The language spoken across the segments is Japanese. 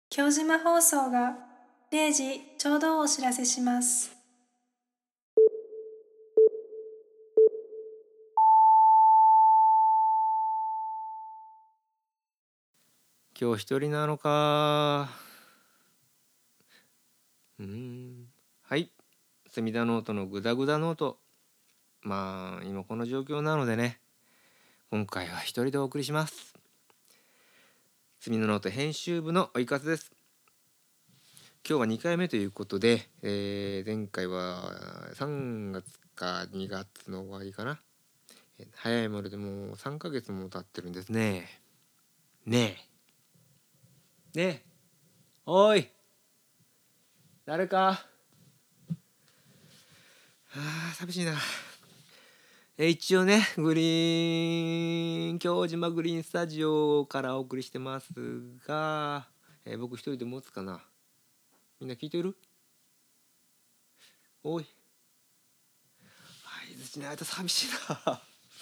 京島放送が0時ちょうどをお知らせします。 今日一人なのか。はい、隅田ノートのグダグダノート。まあ今この状況なのでね、今回は一人でお送りします。隅田ノート編集部の追い風です。今日は2回目ということで、前回は3月か2月の終わりかな。早いものでもう3ヶ月も経ってるんですね。ねえねえ、おい誰か。寂しいな。一応ね、京島グリーンスタジオからお送りしてますが、僕一人で持つかな。みんな聞いてる？おい、相づちないと寂しいな。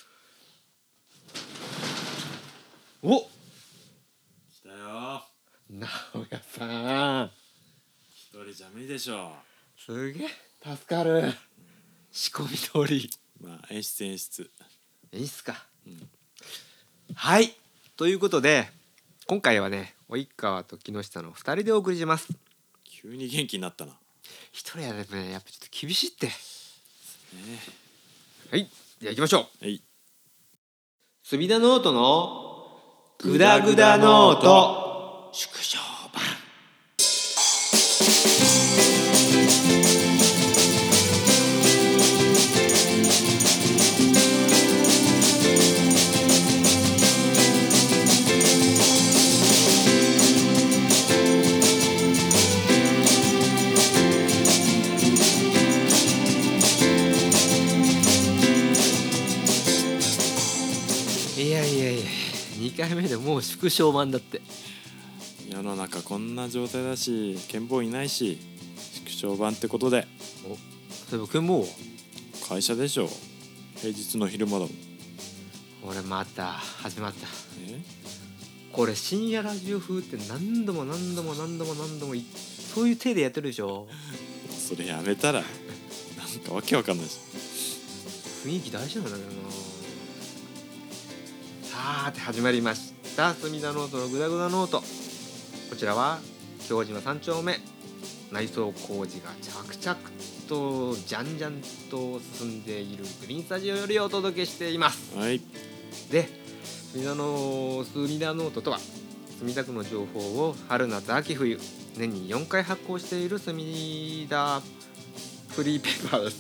お、 来たよ。 直哉さん、 一人じゃ無理でしょすげえ助かる。仕込み通り。 まあ演出。 いいっすか。はい、ということで今回はね、及川と木下の2人でお送りします。 急に元気になったな。 一人やでもね、やっぱちょっと厳しいって。 ねはい、じゃあ行きましょう。 はい。 隅田ノートのグダグダノート縮小版。いや2回目でもう縮小版だって。 世の中こんな状態だし、健坊いないし、縮小版ってことで。 お、そういえば君も会社でしょ。平日の昼間だもん。 俺また始まった。 え？ これ深夜ラジオ風って何度もそういう体でやってるでしょ。 それやめたらなんかわけわかんないし。 雰囲気大事なんだけどな。さーて始まりました隅田ノートのグダグダノート。こちらは京島3丁目、内装工事が着々とじゃんじゃんと進んでいるグリーンスタジオよりお届けしています。 はい。 で、隅田ノートとは墨田区の情報を春夏秋冬年に4回発行している墨田フリーペーパーです。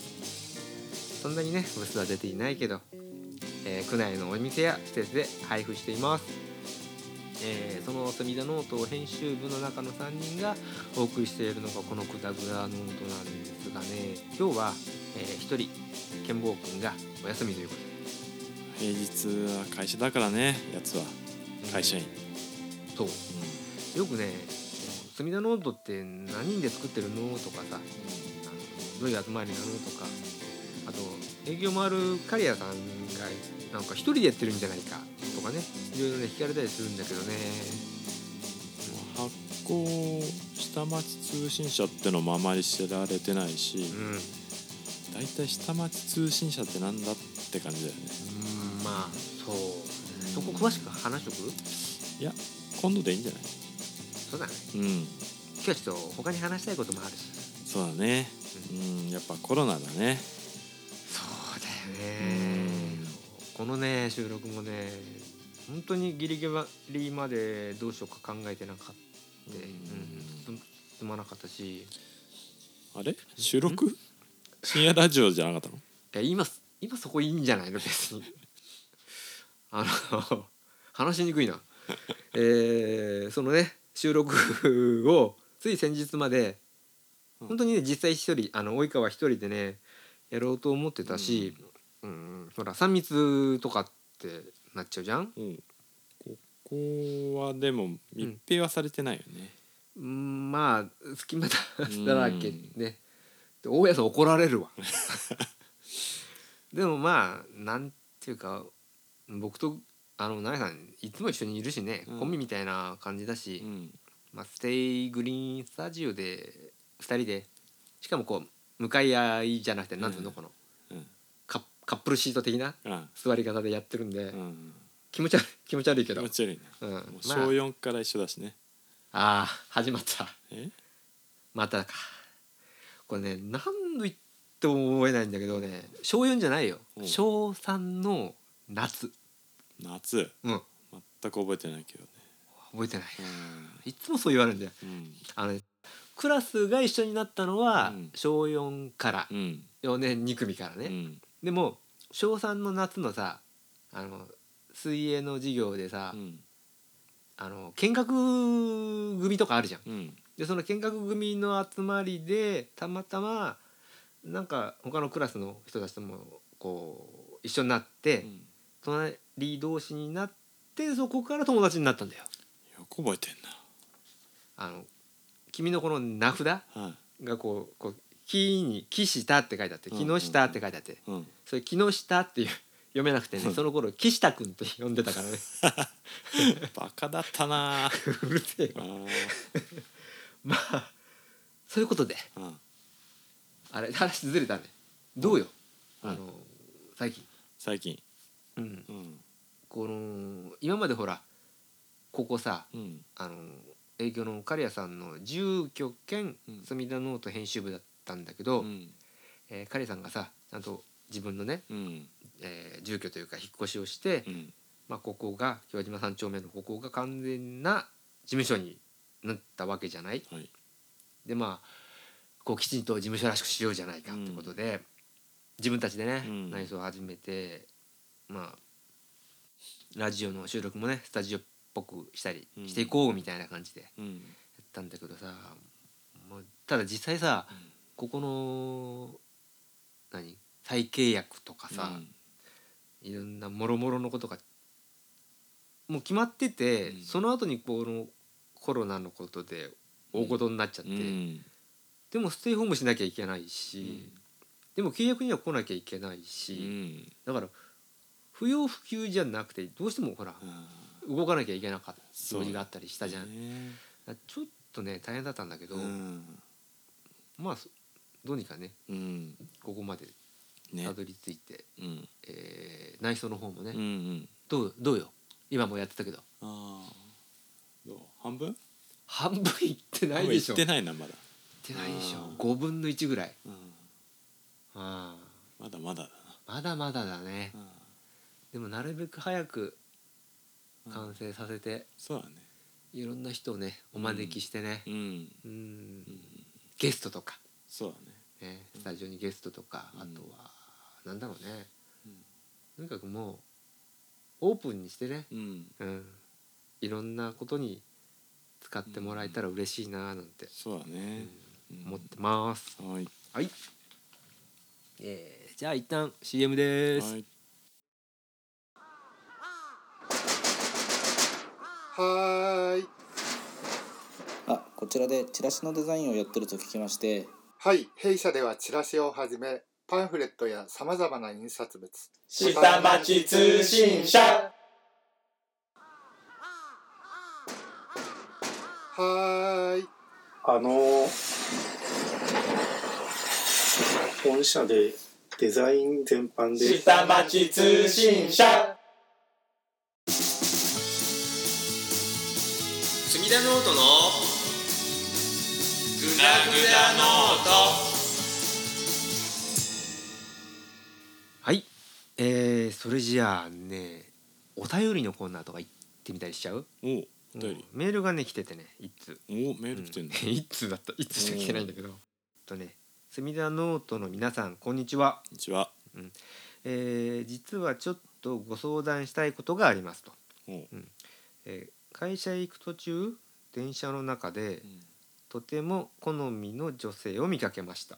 そんなにね部数は出ていないけど、区内のお店や施設で配布しています。その隅田ノート編集部の中の3人がお送りしているのがこのグダグダノートなんですがね、今日は、1人健坊くんがお休みということで。 平日は会社だからね、やつは会社員。 そうよくね、隅田ノートって何人で作ってるのとかさ、どういう集まりなのとか、あと営業もある刈谷さんがなんか一人でやってるんじゃないかとかね、いろいろね聞かれたりするんだけどね。 発行下町通信社ってのもあまり知られてないし、だいたい下町通信社ってなんだって感じだよね。 まあそう、そこ詳しく話しとく？ いや、今度でいいんじゃない？ そうだね。 うん。 今日はちょっと他に話したいこともあるし。 そうだね。やっぱコロナだね。 そうだよね。このね収録もね本当にギリギリまでどうしようか考えてなかった。進まなかったし。 あれ？収録？深夜ラジオじゃなかったの？ いや今そこいいんじゃないの別に。話しにくいな。そのね収録をつい先日まで本当にね実際一人及川一人でねやろうと思ってたし、ほら3密とかってなっちゃうじゃん。 ここはでも密閉はされてないよね。 まあ隙間だらけね。で大家さん怒られるわ。でもまあなんていうか、僕とナエさんいつも一緒にいるしね、コンビみたいな感じだし、 ステイグリーンスタジオで2人で、しかもこう向かい合いじゃなくて、なんていうの、このカップルシート的な座り方でやってるんで、気持ち悪いけど、 気持ち悪いね、もう小4から一緒だしね。 始まった。またか。これね、何度言っても覚えないんだけどね、小4じゃないよ、小3の夏。 全く覚えてないけどね。 覚えてない。いつもそう言われるんだよ。クラスが一緒になったのは小4から4年2組からね、でも小3の夏のさ、水泳の授業でさ、見学組とかあるじゃん、でその見学組の集まりでたまたまなんか他のクラスの人たちともこう一緒になって、隣同士になって、そこから友達になったんだよ。 よく覚えてんな。君のこの名札がこう木に木下って書いてあって、木下って書いてあって、それ木下っていう読めなくてね、その頃木下くんって呼んでたからね。 バカだったな。 うるせえわ。まあそういうことで、あれ話ずれたね。どうよ、最近、この今までほらここさ、営業の刈谷さんの住居兼隅田ノート編集部だったんだけど、刈谷さんがさちゃんと自分のね、住居というか引っ越しをして、ここが京島3丁目のここが完全な事務所になったわけじゃない、でこうきちんと事務所らしくしようじゃないかってことで、自分たちでね、内装を始めて、ラジオの収録もねスタジオっぽくしたりしていこうみたいな感じでやったんだけどさ、ただ実際さ、ここの再契約とかさ、いろんなもろもろのことがもう決まってて、その後にこのコロナのことで大事になっちゃって、でもステイホームしなきゃいけないし、でも契約には来なきゃいけないし、だから不要不急じゃなくてどうしてもほら、動かなきゃいけなかった用事があったりしたじゃん。ちょっとね大変だったんだけど、どうにかね、ここまでたどり着いて、内装の方もね、どうよ今もやってたけど。 どう？半分いってないでしょ。 いってないな、まだ。いってないでしょ。5分の1ぐらい。 まだまだだな。 まだまだだね。でもなるべく早く完成させて、 そうだね。 いろんな人をねお招きしてね、ゲストとか、 そうだね。 スタジオにゲストとか、あとはなんだろうね、とにかくもうオープンにしてね、いろんなことに使ってもらえたら嬉しいななんて、 そうだね、 思ってます。 はい、 じゃあ一旦 CM です。 はい。 こちらでチラシのデザインをやってると聞きまして。 はい、弊社ではチラシをはじめパンフレットやさまざまな印刷物、 下町通信社。 はい。 本社でデザイン全般で下町通信社。 隅田ノートのグダグダノート。 はい、それじゃあね、お便りのコーナーとか行ってみたりしちゃう？ お便り、 メールがね来ててね、一通。 メール来てんの？ 一通だった。一通しか来てないんだけど。隅田ノートの皆さんこんにちは。 こんにちは。 実はちょっとご相談したいことがありますと。会社へ行く途中、電車の中で、とても好みの女性を見かけました。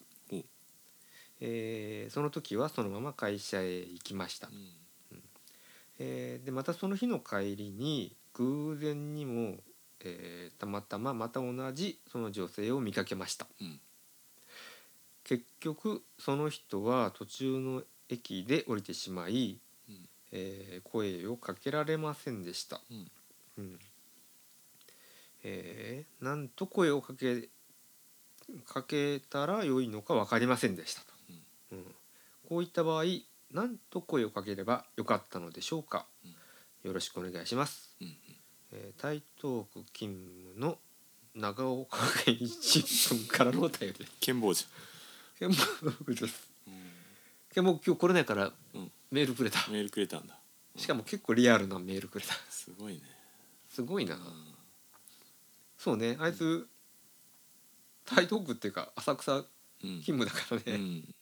その時はそのまま会社へ行きました。でまたその日の帰りに偶然にも、たまたままた同じその女性を見かけました。結局その人は途中の駅で降りてしまい、声をかけられませんでした。 なんと声をかけたら良いのか分かりませんでしたと、こういった場合なんと声をかければよかったのでしょうか、よろしくお願いします、台東区勤務の長岡県一分からのお便り剣坊じ健坊です健坊今日来れないからメールくれた、 ゃん。メールくれたんだ。 しかも結構リアルなメールくれたすごいね。 すごいな、そうねあいつ台東区っていうか浅草勤務だからね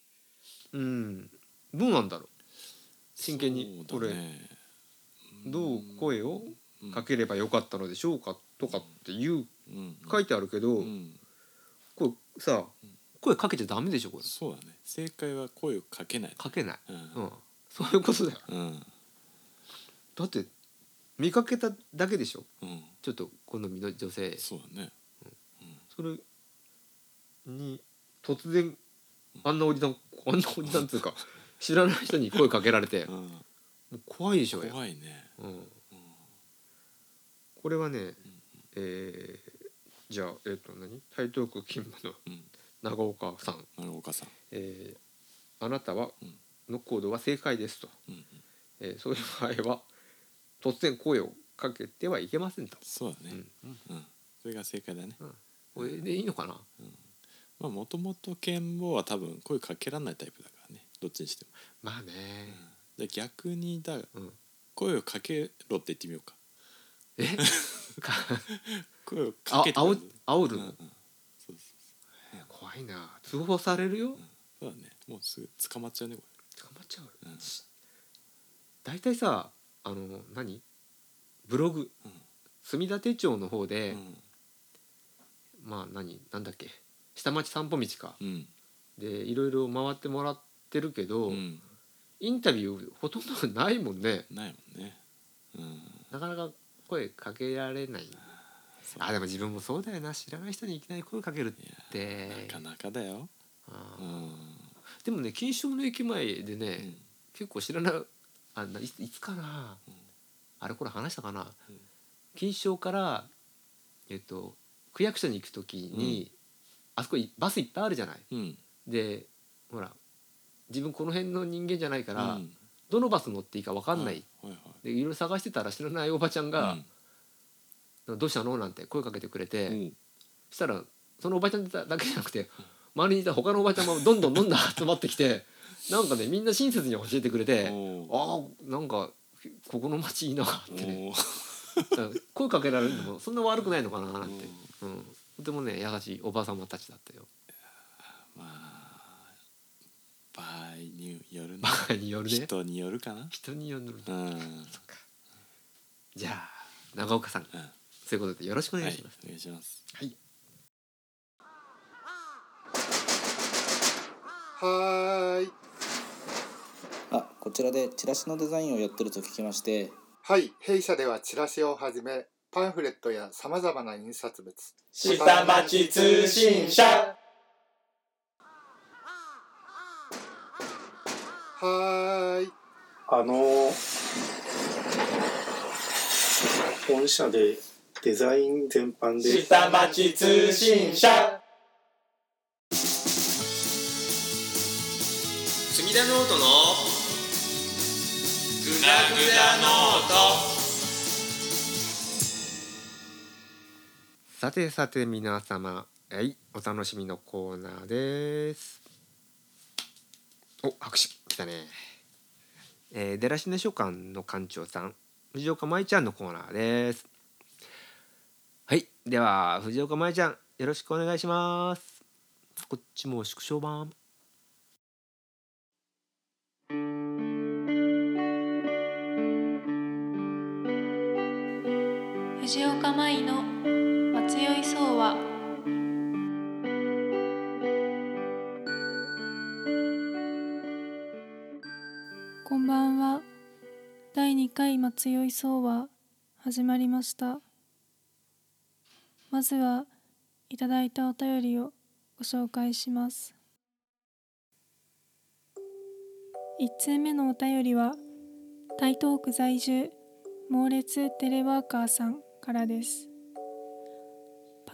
どうなんだろう真剣にこれ、どう声をかければよかったのでしょうかとかっていう書いてあるけど、これさ、声かけちゃダメでしょこれ。 そうだね。正解は声をかけない。 かけない、そういうことだよ、だって見かけただけでしょ、ちょっと好みの女性、 そうだね、 それに突然あんなおじさんっていうか知らない人に声かけられて、もう怖いでしょうよ。 怖いね、 これはね、じゃあ台東区勤務の長岡さん、あなたは、の行動は正解ですと、そういう場合は突然声をかけてはいけませんと。 そうだね、それが正解だね、 これでいいのかな。 まあもともと剣坊は多分声かけられないタイプだからね、どっちにしても。 まあね、 で逆に声をかけろって言ってみようか。声をかけて煽るの、 そう怖いな、通報されるよ、 そうだね、もうすぐ捕まっちゃうねこれ。 捕まっちゃう、だいたいさブログ、墨田手帳の方で、まあなんだっけ下町散歩道か、でいろいろ回ってもらってるけど、インタビューほとんどないもんね。 ないもんね、 なかなか声かけられない。でも自分もそうだよな、知らない人にいきなり声かけるってなかなかだよ。 でもね、錦糸町の駅前でね、結構知らないいつかな、あれこれ話したかな、錦糸町から区役所に行くときに、あそこバスいっぱいあるじゃない、でほら自分この辺の人間じゃないから、どのバス乗っていいか分かんない、でいろいろ探してたら知らないおばちゃんが「どうしたの?」なんて声かけてくれて、そしたらそのおばちゃんだけじゃなくて、周りにいた他のおばちゃんもどんどん集まってきてなんかね、みんな親切に教えてくれて、なんかここの町いいなってね声かけられるのもそんな悪くないのかななんて、とてもね優しいおばさまたちだったよ。 まあ場合によるね。 場合によるね。 人によるかな。 人による。そっか。じゃあ長岡さん、そういうことでよろしくお願いします。 お願いします。 はい。 はーい。 こちらでチラシのデザインをやってると聞きまして。 はい、弊社ではチラシをはじめパンフレットやさまざまな印刷物、 下町通信社。 はーい。 本社でデザイン全般で下町通信社。 墨田ノートのグダグダノート。 さて皆様、お楽しみのコーナーです。拍手来たね。デラシネ書館の館長さん、藤岡舞ちゃんのコーナーです。はい、では藤岡舞ちゃんよろしくお願いします。こっちも縮小版。 藤岡舞の松酔い相話。こんばんは。第2回松酔い相話始まりました。まずはいただいたお便りをご紹介します。1通目のお便りは台東区在住猛烈テレワーカーさんからです。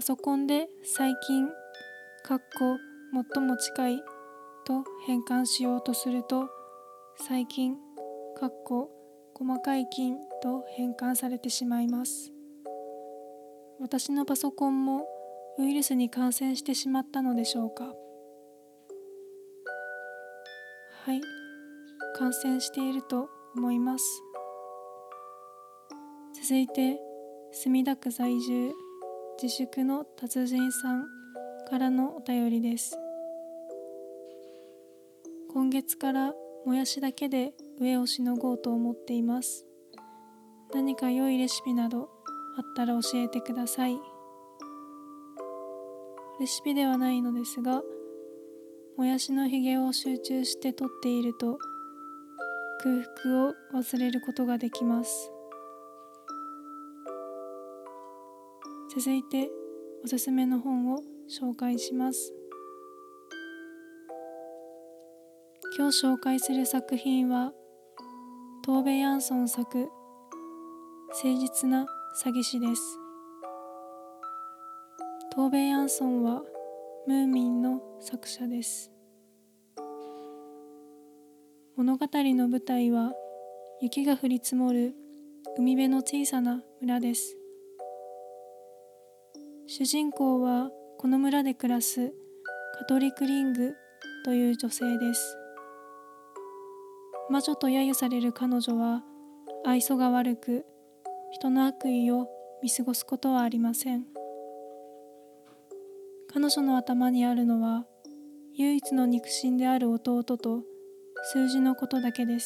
パソコンで最近最も近いと変換しようとすると、最近細かい近と変換されてしまいます。私のパソコンもウイルスに感染してしまったのでしょうか。はい、感染していると思います。続いて、墨田区在住自粛の達人さんからのお便りです。今月からもやしだけで飢えをしのごうと思っています。何か良いレシピなどあったら教えてください。レシピではないのですが、もやしのひげを集中して取っていると空腹を忘れることができます。続いておすすめの本を紹介します。今日紹介する作品はトーベ・ヤンソン作誠実な詐欺師です。トーベ・ヤンソンはムーミンの作者です。物語の舞台は雪が降り積もる海辺の小さな村です。主人公はこの村で暮らすカトリク・リングという女性です。魔女と揶揄される彼女は愛想が悪く、人の悪意を見過ごすことはありません。彼女の頭にあるのは唯一の肉親である弟と数字のことだけです。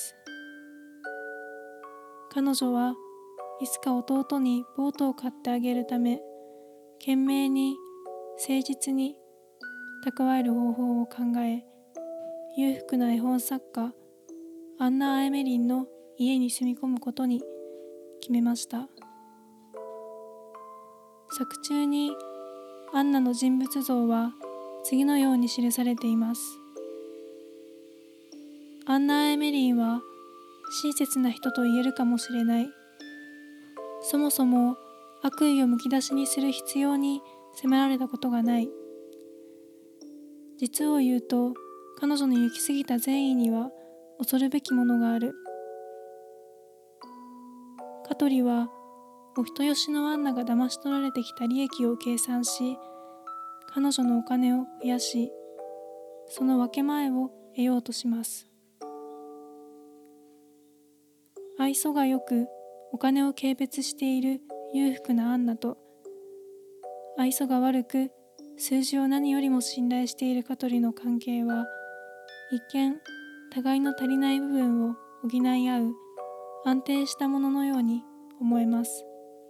彼女はいつか弟にボートを買ってあげるため、懸命に誠実に蓄える方法を考え、裕福な絵本作家アンナ・アエメリンの家に住み込むことに決めました。作中にアンナの人物像は次のように記されています。アンナ・アエメリンは親切な人と言えるかもしれない。そもそも悪意をむき出しにする必要に迫られたことがない。実を言うと、彼女の行き過ぎた善意には恐るべきものがある。香取はお人よしのアンナが騙し取られてきた利益を計算し、彼女のお金を増やし、その分け前を得ようとします。愛想がよくお金を軽蔑している裕福なアンナと、愛想が悪く数字を何よりも信頼している香取の関係は、一見互いの足りない部分を補い合う安定したもののように思えます。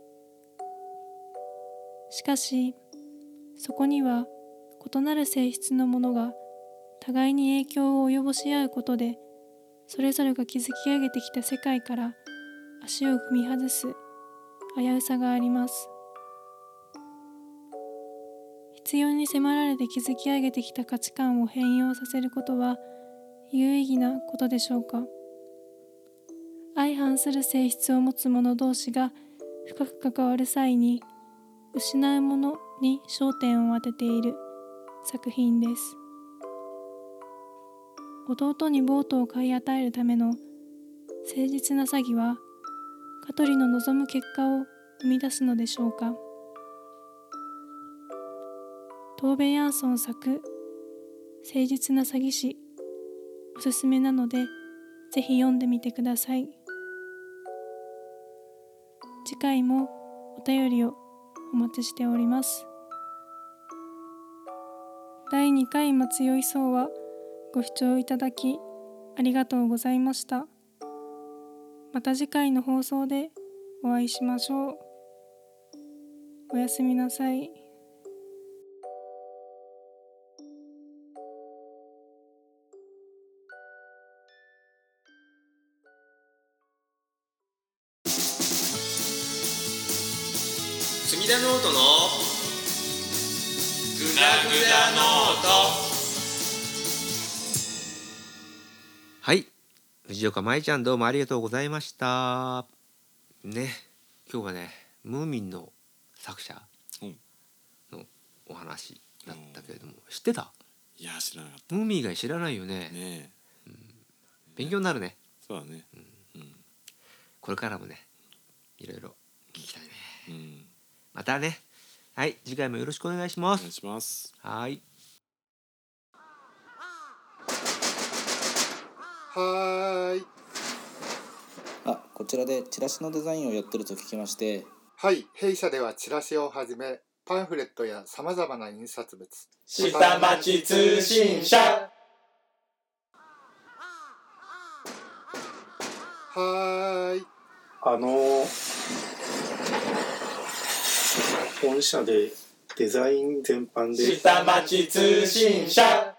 しかし、そこには異なる性質のものが互いに影響を及ぼし合うことで、それぞれが築き上げてきた世界から足を踏み外す危うさがあります。必要に迫られて築き上げてきた価値観を変容させることは有意義なことでしょうか。相反する性質を持つ者同士が深く関わる際に失うものに焦点を当てている作品です。弟にボートを買い与えるための誠実な詐欺は香取の望む結果を生み出すのでしょうか。トーベ・ヤンソン作誠実な詐欺師、おすすめなのでぜひ読んでみてください。次回もお便りをお待ちしております。第2回松酔いそうはご視聴いただきありがとうございました。また次回の放送でお会いしましょう。おやすみなさい。 墨田ノートのグダグダノート。 はい、藤岡舞ちゃんどうもありがとうございましたね。今日はねムーミンの作者、 うんのお話だったけれども、知ってた？ いや知らなかった海以外知らないよね。 ねえ、 勉強になるね。 そうだね。 これからもねいろいろ聞きたいね。 うん。 またね。はい、次回もよろしくお願いします。 お願いします。 はい。 はーい。 あ、こちらでチラシのデザインをやってると聞きまして。 はい、弊社ではチラシをはじめパンフレットやさまざまな印刷物、 下町通信社。 はーい。 本社でデザイン全般で下町通信社。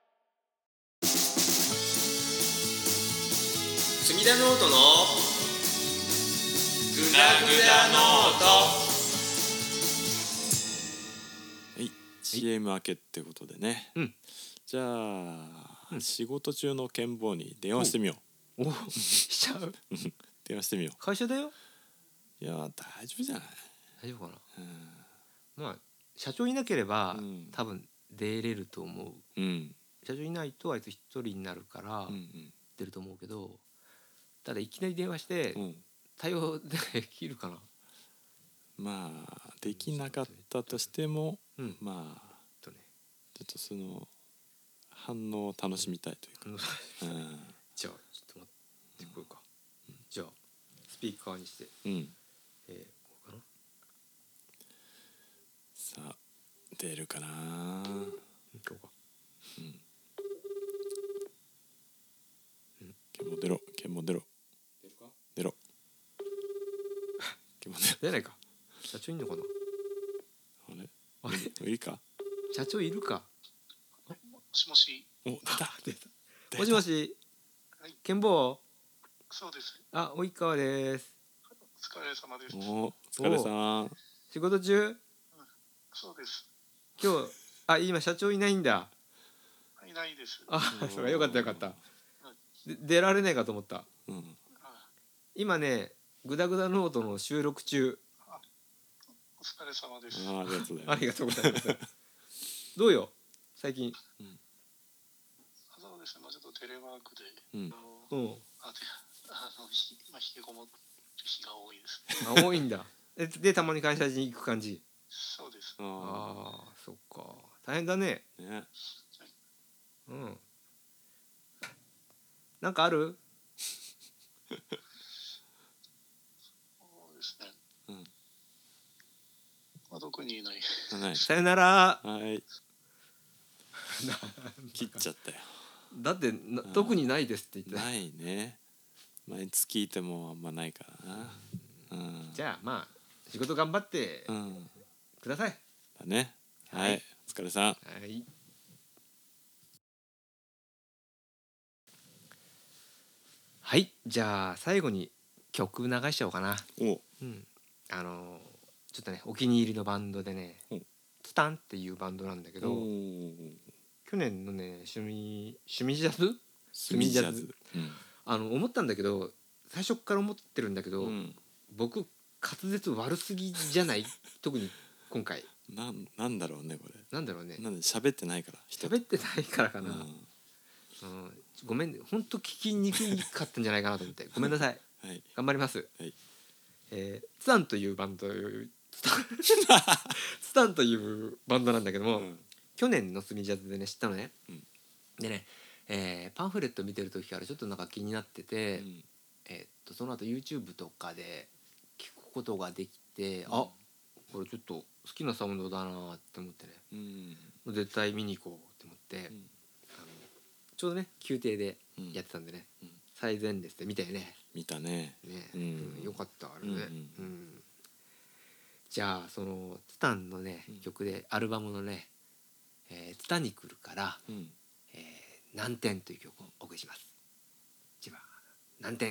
墨田ノートのグダグダノート。 はい、CM 明けってことでね。 うん。 じゃあ、仕事中の健坊に電話してみよう。 おしちゃう。 電話してみよ会社だよ。 う。いや大丈夫じゃない。 大丈夫かな。まあ社長いなければ、多分出れると思う。 うん。 社長いないとあいつ一人になるから出ると思うけど、ただいきなり電話して対応できるかな。 まあできなかったとしても、まあとね、 ちょっとその反応を楽しみたいというか。 じゃあちょっと待ってこようか。じゃあスピーカーにして、こうかな。 さあ出るかな。 こうか。 健坊出ろ、健坊出ろ。出ろ。健坊出ろ。 出ないか。社長いんのかな。 あれいるか。 社長いるか。 もしもし。 お、出た。 もしもし。健坊。 そうです。 あ、及川です。 お疲れ様です。 お疲れさん。 仕事中？ そうです。 今日、今社長いないんだ。 いないです。 そうか、よかったよかった。出られないかと思った。今ね、グダグダノートの収録中。 お疲れ様です。 ありがとうございます。どうよ、最近。 そうですね、ちょっとテレワークで。 今引きこもって日が多いです。 多いんだ。でたまに会社に行く感じ。 そうです。 ああ、そっか。大変だね。うん。なんかある？ そうですね。特にいない。 さよなら。 はい。切っちゃったよ。 だって特にないですって言って。 ないね。毎月聞いてもあんまないからな。 じゃあまあ仕事頑張ってください。 だね。はい。お疲れさん。はい。 はい、じゃあ最後に曲流しちゃおうかな。ちょっとねお気に入りのバンドでね、ツタンっていうバンドなんだけど、去年のね趣味ジャズ思ったんだけど、最初から思ってるんだけど、僕滑舌悪すぎじゃない？特に今回。 なんだろうねこれ。 なんだろうね。 なんで喋ってないから。 喋ってないからかな。ごめんね、本当聞きにくかったんじゃないかなと思って。ごめんなさい。頑張ります。ツタンというバンド、ツタンというバンドなんだけども、去年のスミジャズでね知ったのね。でね、パンフレット見てる時からちょっとなんか気になってて、その後 YouTube とかで聞くことができて、これちょっと好きなサウンドだなって思ってね、絶対見に行こうって思って、ちょうどね宮廷でやってたんでね、最前列で見たよね。 見たね。 よかったあれね。じゃあそのツタンのね曲でアルバムのね「ツタに来るから南天」という曲をお送りします。じゃあ南天。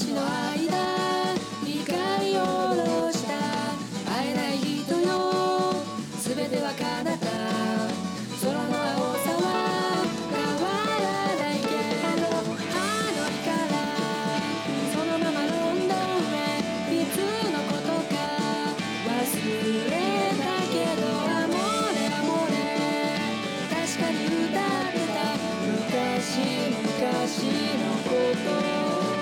足の間光を下ろした会えない人よ全ては彼方空の青さは変わらないけどあの日からそのままロンドンへいつのことか忘れたけどアモレアモレ確かに歌ってた昔のこと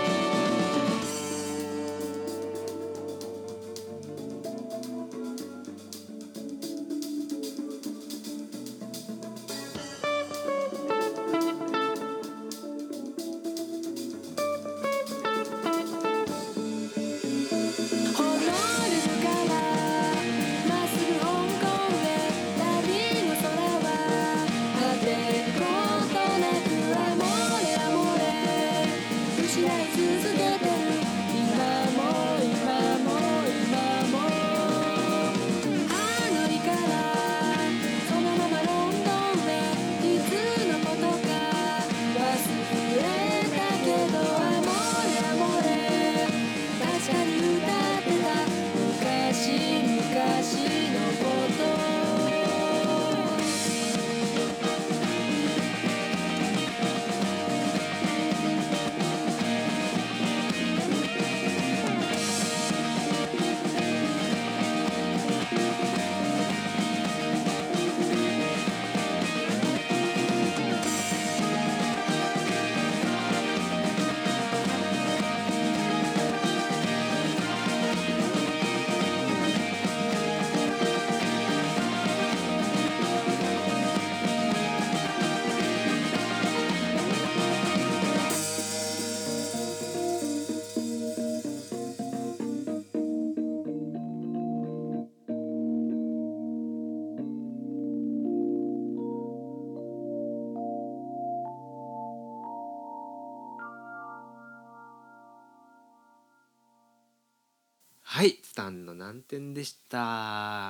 はい、スタンの難点でした。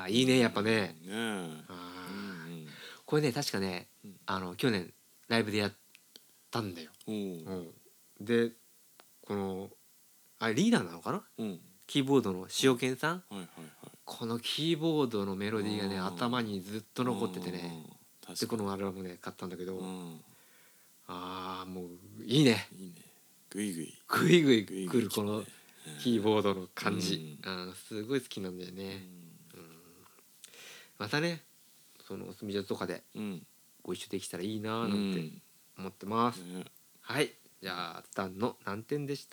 いいね、やっぱね。 ねえ。 これね、確かね、去年ライブでやったんだよ。で、このリーダーなのかな、キーボードの塩健さん、このキーボードのメロディーがね、頭にずっと残っててね、でこのアルバムね買ったんだけど、もういいね。 グイグイグイグイ来るこのキーボードの感じ、すごい好きなんだよね。またね、その住所とかでご一緒できたらいいななんて思ってます。はい、じゃあスタンの難点でした。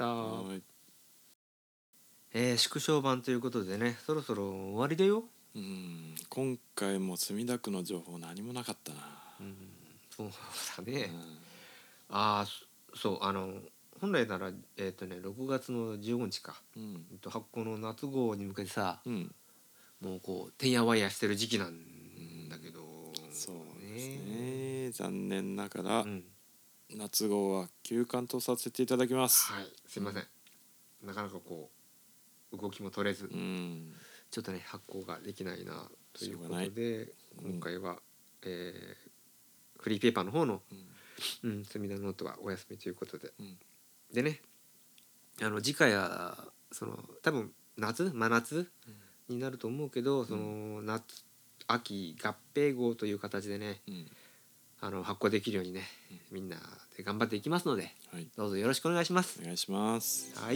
縮小版ということでね、そろそろ終わりだよ。 今回も墨田区の情報何もなかったな。 そうだね。そう本来なら6月の15日か、発行の夏号に向けてさ、もうこうてんやわんやしてる時期なんだけど、 そうですね、残念ながら、夏号は休刊とさせていただきます。 はい、すいません、なかなかこう動きも取れず、ちょっとね発行ができないなということで、今回は、フリーペーパーの方の墨田ノートはお休みということで、でね、次回はその多分真夏になると思うけど、その夏秋合併号という形でね、発行できるようにね、みんなで頑張っていきますので、どうぞよろしくお願いします。 お願いします。 はい。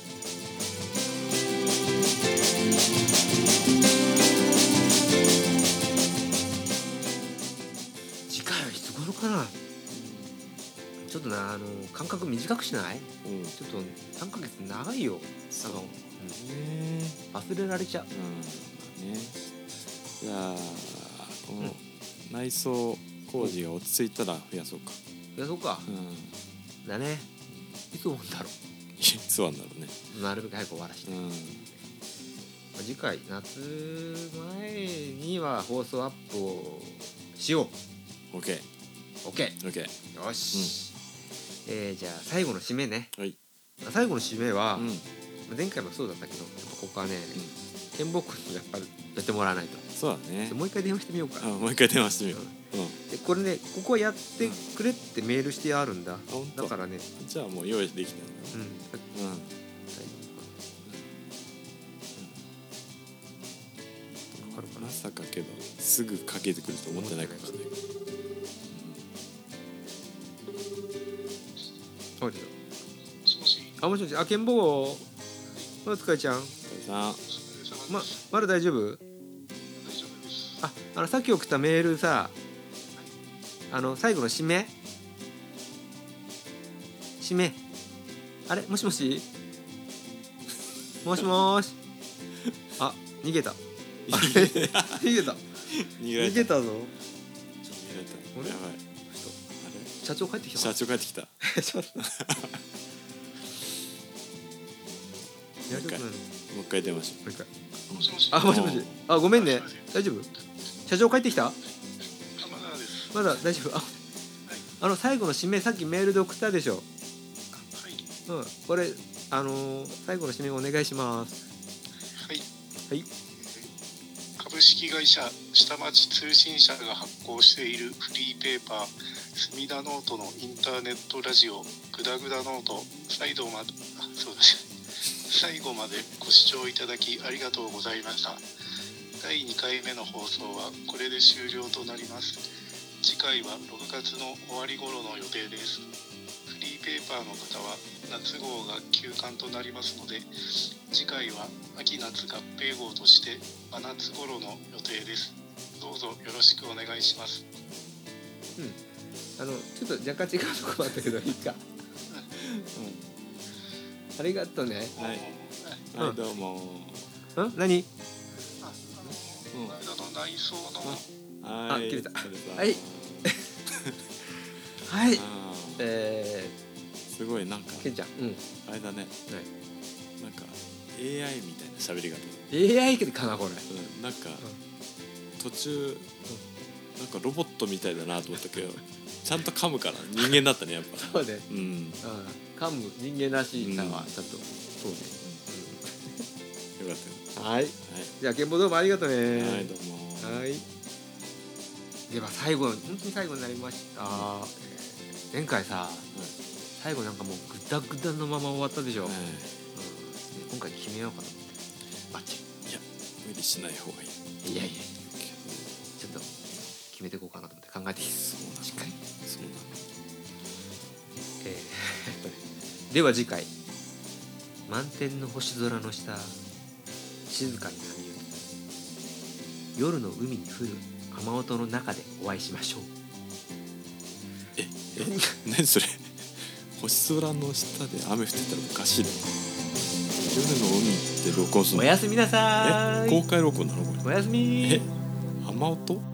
次回はいつ頃かな。ちょっとな、間隔短くしない？ちょっと3ヶ月長いよ。忘れられちゃう。 じゃあこの内装工事が落ち着いたら増やそうか。 増やそうか。だね。いつ終わるんだろう。 いつ終わるんだろうね。 なるべく早く終わらして。次回夏前には放送アップをしよう。 OK。 よし。じゃあ最後の締めね。最後の締めは、前回もそうだったけど、やっぱここはね、剣坊君にやっぱりやってもらわないと。 そうだね。 もう一回電話してみようか。 もう一回電話してみよう。 でこれね、ここやってくれってメールしてあるんだ。だからね。 じゃあもう用意できたんだ。まさかけどすぐかけてくると思ってないかもしれない。 もしもし。あ、けんぼう。おつかいちゃん。まだ大丈夫？さっき送ったメールさ、最後の締めあれ、もしもしもしもし。あ、逃げた。逃げたぞ。 やばい。 社長帰ってきた。 社長帰ってきた。もう一回電話しよう。 あ、もしもし。あ、ごめんね。大丈夫？社長帰ってきた？まだ大丈夫？最後の締めさっきメールで送ったでしょ。これ最後の締めお願いします。はい。 株式会社下町通信社が発行しているフリーペーパー隅田ノートのインターネットラジオグダグダノート最後までご視聴いただきありがとうございました。第2回目の放送はこれで終了となります。次回は6月の終わり頃の予定です。フリーペーパーの方は夏号が休刊となりますので、次回は秋夏合併号として真夏頃の予定です。どうぞよろしくお願いします。 ちょっと若干違うところあったけどいいか。ありがとうね。 はい、どうも。 何？ 内装の切れた。はいはい。 すごいなんかけんちゃん、 あれだね。なんか AI みたいな喋り方。 AI かなこれ。 なんか途中なんかロボットみたいだなと思ったけど、ちゃんと噛むから人間だったねやっぱ。 そうね。噛む人間らしいさはちゃんとそうね。 よかったよ。 はい。じゃあけんぼどうもありがとうね。 はいどうも。 はい。では本当に最後になりました。前回さ、最後なんかもうグダグダのまま終わったでしょ。今回決めようかと思って。バッチリ。 いや無理しない方がいい。 いやちょっと決めていこうかなと思って考えてきて。しっかり。 そうなの。 では次回満天の星空の下静かに波打つ夜の海に降る雨音の中でお会いしましょう。 何それ星空の下で雨降ってたらおかしいの。夜の海って録音するの？ おやすみなさーい。 公開録音なのこれ？ おやすみ。 雨音？